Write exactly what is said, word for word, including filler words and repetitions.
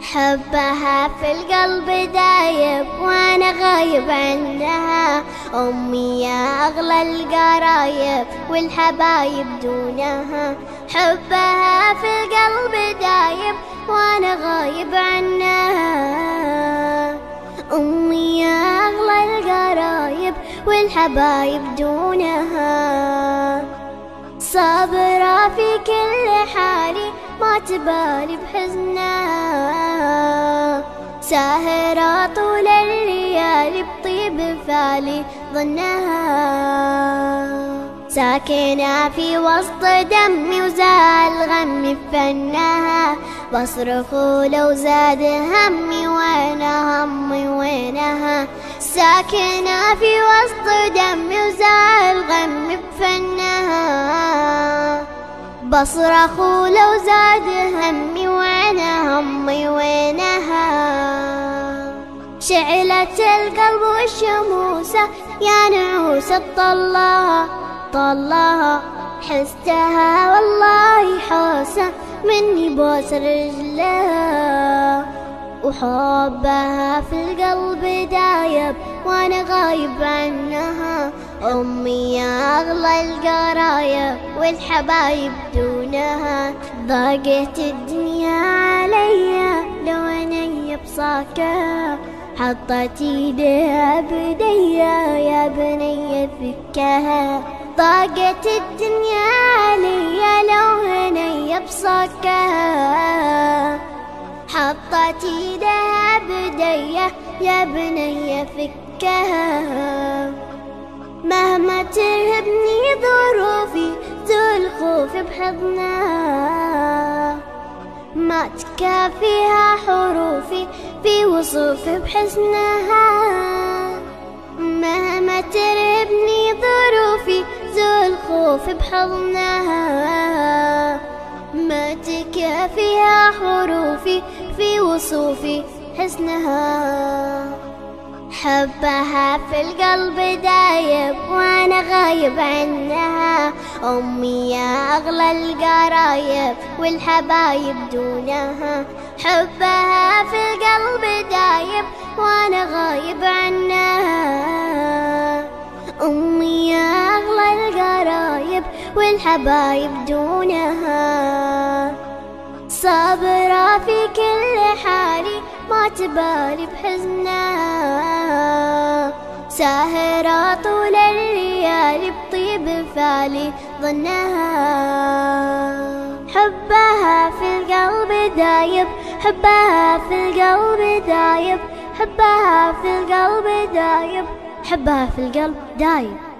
حبها في القلب دايب وانا غايب عنها. امي يا اغلى القرايب والحبايب دونها. حبها في القلب دايب وانا غايب عنها. امي يا اغلى القرايب والحبايب دونها. صابرة في كل حالي ما تبالي بحزنها. ساهرة طول الليالي بطيب فالي ظنها. ساكنة في وسط دمي وزال غمي بفنها. بصرخ لو زاد همي وانا همي وينها. ساكنة في وسط دمي وزال غمي بفنها. بصرخ لو زاد همي وانا همي وينها. شعلت القلب والشموسة يا نعوسة طلها طلها. حستها والله حوسة مني بوس رجلها. وحبها في القلب دايب وانا غايب عنها. امي يا اغلى القرايب والحبايب دونها. ضاقت الدنيا عليا لو اني بصاكها. حطت ايديها بديا يا بني فكها. ضاقت الدنيا عليا لو اني بصاكها. حطت ايدها بديا يا بني فكها. مهما ترهبني ظروفي ذو الخوف بحضنها. ما تكافيها حروفي في وصوف بحسنها. مهما ترهبني ظروفي ذو الخوف بحضنها. ما تكافيها حروفي في وصوفي حسنها. حبها في القلب دايب وانا غايب عنها. امي يا اغلى القرايب والحبايب دونها. حبها في القلب دايب وانا غايب عنها. امي يا اغلى القرايب والحبايب دونها. صابرة في كل حالي ما تبالي بحزنها. ساهرة طول الليالي بطيب فالي ظنها. حبها في القلب دايب حبها في القلب دايب. حبها في القلب دايب حبها في القلب دايب.